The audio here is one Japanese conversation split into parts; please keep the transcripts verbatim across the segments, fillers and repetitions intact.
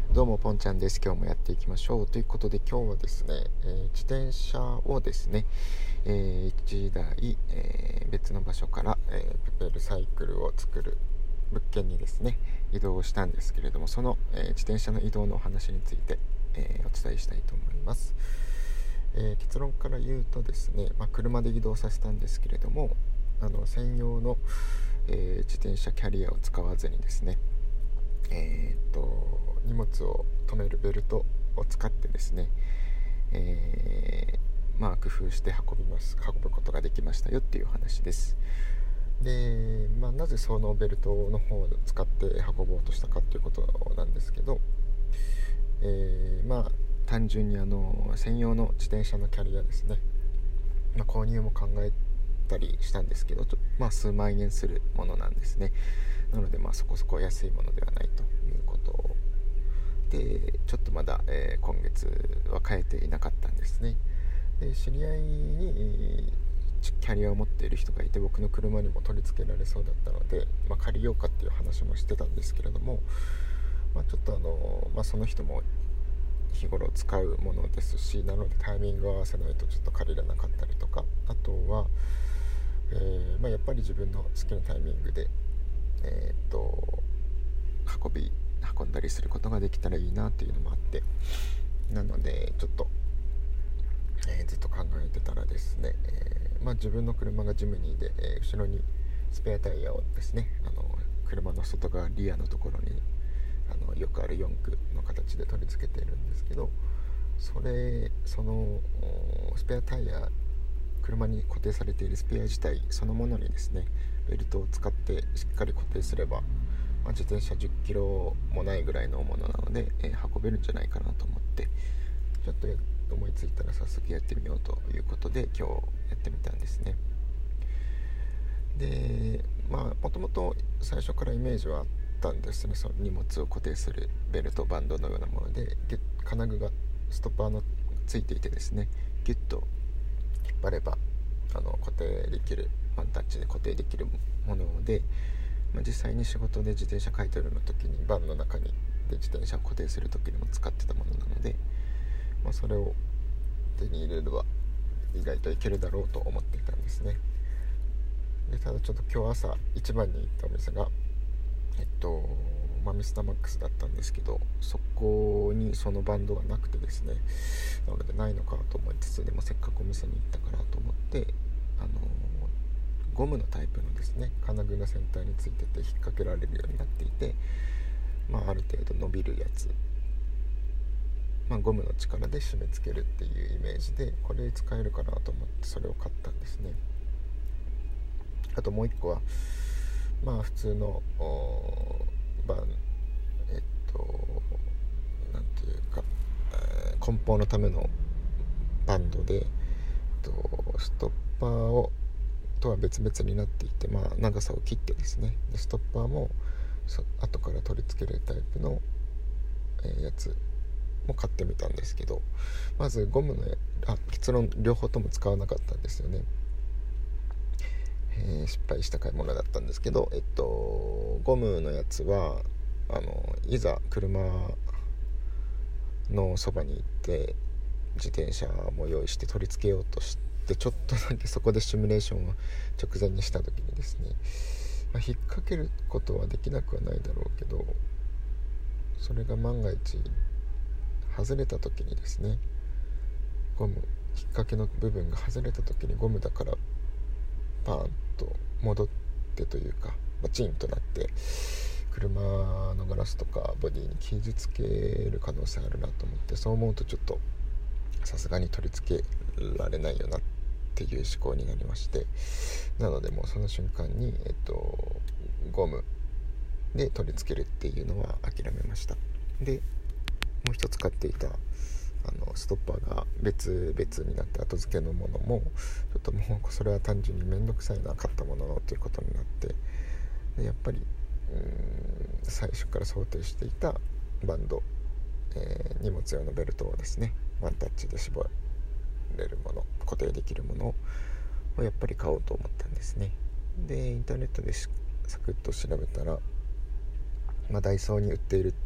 どうもポンちゃんです。今日もやっていきましょうということで、今日はですね、えー自転車をですね、えー、いちだい、えー別の場所から、えーペペルサイクルを作る物件にですね移動したんですけれども、その、えー自転車の移動のお話について、えーお伝えしたいと思います。えー結論から言うとですね、まあ、車で移動させたんですけれども、あの専用の、えー自転車キャリアを使わずにですね、えー、っと荷物を止めるベルトを使ってですね、えーまあ、工夫して運びます運ぶことができましたよっていう話です。で、まあ、なぜそのベルトの方を使って運ぼうとしたかっていうことなんですけど、えー、まあ単純にあの専用の自転車のキャリアですね、まあ、購入も考えたりしたんですけど、ちょまあ数万円するものなんですね。なのでまあそこそこ安いものではないということで、ちょっとまだ、えー今月は買えていなかったんですね。で、知り合いにキャリアを持っている人がいて、僕の車にも取り付けられそうだったので、まあ、借りようかっていう話もしてたんですけれども、まあ、ちょっとあの、まあ、その人も日頃使うものですし、なのでタイミングを合わせないとちょっと借りれなかったりとか、あとは、えーまあ、やっぱり自分の好きなタイミングで、えー、っと運び運んだりすることができたらいいなっていうのもあって、なのでちょっと、えーずっと考えてたらですね、えーまあ、自分の車がジムニーで、えー後ろにスペアタイヤをですね、あの車の外側リアのところにあのよくあるよんくの形で取り付けているんですけど、それそのスペアタイヤ、車に固定されているスペア自体そのものにですねベルトを使ってしっかり固定すれば、まあ、自転車じゅっキロもないぐらいのものなので、えー運べるんじゃないかなと思って、ちょっと思いついたら早速やってみようということで今日やってみたんですね。で、まあもともと最初からイメージはあったんですね。その荷物を固定するベルトバンドのようなもので、金具がストッパーのついていてですね、ギュッと引っ張ればあの固定できる、ワンタッチで固定できるもので、まあ、実際に仕事で自転車買い取りの時にバンの中にで自転車を固定する時にも使ってたものなので、まあ、それを手に入れれば意外といけるだろうと思っていたんですね。で、ただちょっと今日朝一番に行ったお店がえっとまあ、ミスターマックスだったんですけど、そこにそのバンドがなくてですね、なのでないのかと思いつつ、でもせっかくお店に行ったからと思って、あのゴムのタイプのですね金具が先端についてて引っ掛けられるようになっていて、まあ、ある程度伸びるやつ、まあ、ゴムの力で締め付けるっていうイメージで、これ使えるかなと思ってそれを買ったんですね。あともう一個はまあ普通のバンえっとなんていうか、えー梱包のためのバンドで、えっと、ストッパーをとは別々になっていて、まあ、長さを切ってですね、でストッパーも後から取り付けるタイプの、えーやつも買ってみたんですけど、まずゴムのあ結論両方とも使わなかったんですよね。えー、失敗した買い物だったんですけど、えっとゴムのやつはあのいざ車のそばに行って自転車も用意して取り付けようとして、ちょっとだけそこでシミュレーションを直前にした時にですね、まあ、引っ掛けることはできなくはないだろうけど、それが万が一外れた時にですね、ゴム引っ掛けの部分が外れた時にゴムだからパーンと戻ってというかバチンとなって車のガラスとかボディに傷つける可能性あるなと思って、そう思うとちょっとさすがに取り付けられないよなっていう思考になりまして、なのでもうその瞬間に、えっと、ゴムで取り付けるっていうのは諦めました。でもう一つ買っていたあのストッパーが別々になって後付けのものもちょっともうそれは単純に面倒くさいな、買ったもののということになって、でやっぱりうーん最初から想定していたバンド、えー、荷物用のベルトをですねワンタッチで絞れるもの、固定できるものをやっぱり買おうと思ったんですね。でインターネットでサクッと調べたら、まあ、ダイソーに売っているっていうのが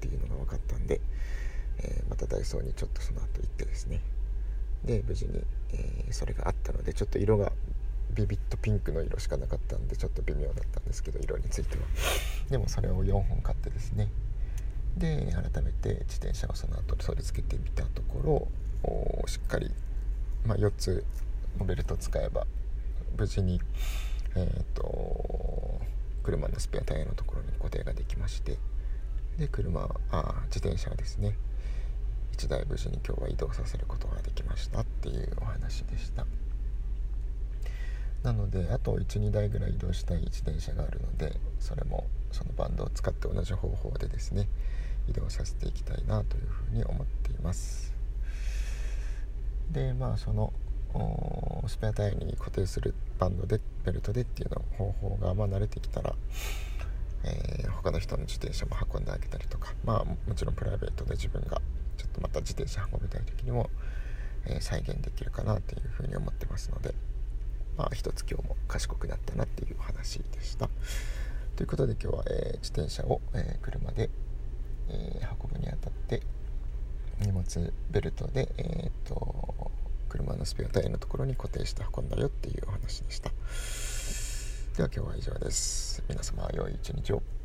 分かったんで、えー、またダイソーにちょっとその後行ってですね、で無事に、えー、それがあったので、ちょっと色がビビッとピンクの色しかなかったんでちょっと微妙だったんですけど、色についてはでもそれをよんほん買ってですね、で改めて自転車をその後取り付けてみたところ、しっかり、まあ、よっつのベルトを使えば無事に、えー、と車のスペアタイヤのところに固定ができまして、で車あ自転車はですねいちだい無事に今日は移動させることができましたっていうお話でした。なのであと いちにだいぐらい移動したい自転車があるので、それもそのバンドを使って同じ方法でですね移動させていきたいなというふうに思っています。でまあそのスペアタイヤに固定するバンドでベルトでっていうの方法がまあ慣れてきたら、えー、他の人の自転車も運んであげたりとか、まあもちろんプライベートで自分がちょっとまた自転車運びたい時にも、えー、再現できるかなというふうに思ってますので、まあ一つ今日も賢くなったなっていう話でした。ということで今日は、えー、自転車を、えー、車で、えー、運ぶにあたって荷物ベルトで、えー、と車のスペアタイヤのところに固定して運んだよっていうお話でした。では今日は以上です。皆様良い一日を。